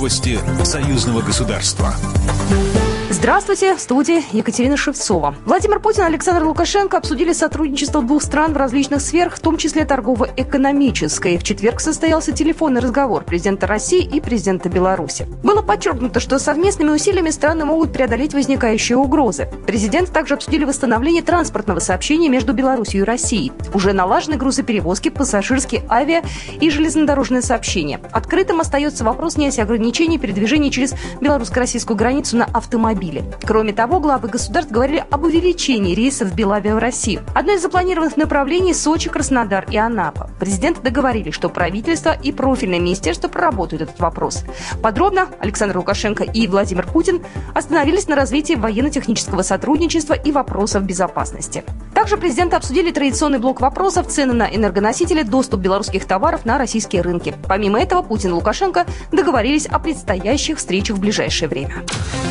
Новости союзного государства. Здравствуйте, в студии Екатерина Шевцова. Владимир Путин и Александр Лукашенко обсудили сотрудничество двух стран в различных сферах, в том числе торгово-экономической. В четверг состоялся телефонный разговор президента России и президента Беларуси. Было подчеркнуто, что совместными усилиями страны могут преодолеть возникающие угрозы. Президенты также обсудили восстановление транспортного сообщения между Беларусью и Россией. Уже налажены грузоперевозки, пассажирские, авиа и железнодорожное сообщение. Открытым остается вопрос снятия ограничений передвижения через белорусско-российскую границу на автомобиле. Кроме того, главы государств говорили об увеличении рейсов в Белавиа в Россию. Одно из запланированных направлений – Сочи, Краснодар и Анапа. Президенты договорились, что правительство и профильное министерство проработают этот вопрос. Подробно Александр Лукашенко и Владимир Путин остановились на развитии военно-технического сотрудничества и вопросов безопасности. Также президенты обсудили традиционный блок вопросов: цены на энергоносители, доступ белорусских товаров на российские рынки. Помимо этого, Путин и Лукашенко договорились о предстоящих встречах в ближайшее время.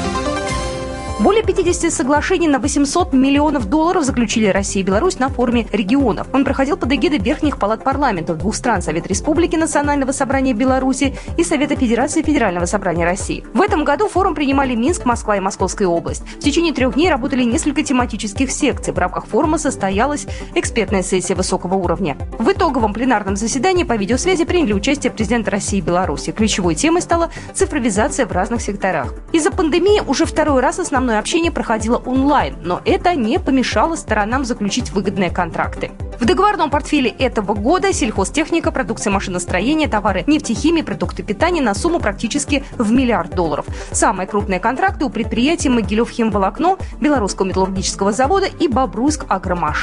Более 50 соглашений на $800 миллионов заключили Россия и Беларусь на форуме регионов. Он проходил под эгидой верхних палат парламентов двух стран: Совет Республики, Национального собрания Беларуси и Совета Федерации Федерального собрания России. В этом году форум принимали Минск, Москва и Московская область. В течение 3 дней работали несколько тематических секций. В рамках форума состоялась экспертная сессия высокого уровня. В итоговом пленарном заседании по видеосвязи приняли участие президенты России и Беларуси. Ключевой темой стала цифровизация в разных секторах. Из-за пандемии уже второй раз основной общение проходило онлайн, но это не помешало сторонам заключить выгодные контракты. В договорном портфеле этого года сельхозтехника, продукция машиностроения, товары нефтехимии, продукты питания на сумму практически в $1 миллиард. Самые крупные контракты у предприятий Могилев химволокно, Белорусского металлургического завода и Бобруйск Агромаша.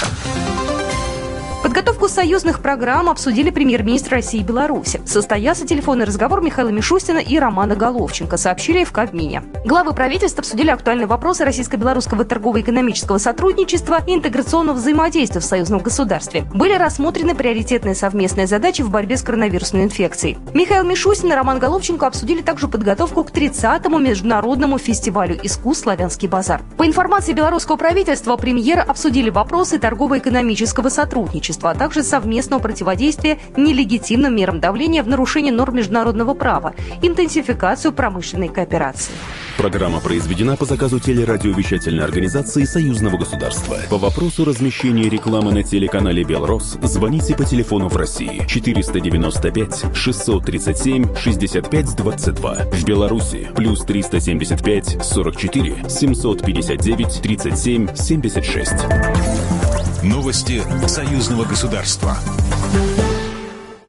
Подготовку союзных программ обсудили премьер-министр России и Беларуси. Состоялся телефонный разговор Михаила Мишустина и Романа Головченко, сообщили в Кабмине. Главы правительств обсудили актуальные вопросы российско-белорусского торгово-экономического сотрудничества и интеграционного взаимодействия в союзном государстве. Были рассмотрены приоритетные совместные задачи в борьбе с коронавирусной инфекцией. Михаил Мишустин и Роман Головченко обсудили также подготовку к 30-му международному фестивалю искусств «Славянский базар». По информации белорусского правительства, премьеры обсудили вопросы торгово-экономического сотрудничества, а также совместного противодействия нелегитимным мерам давления в нарушении норм международного права, интенсификацию промышленной кооперации. Программа произведена по заказу телерадиовещательной организации Союзного государства. По вопросу размещения рекламы на телеканале «Белрос» звоните по телефону в России 495 637 65 22. В Беларуси плюс 375 44 759 37 76. Новости союзного государства.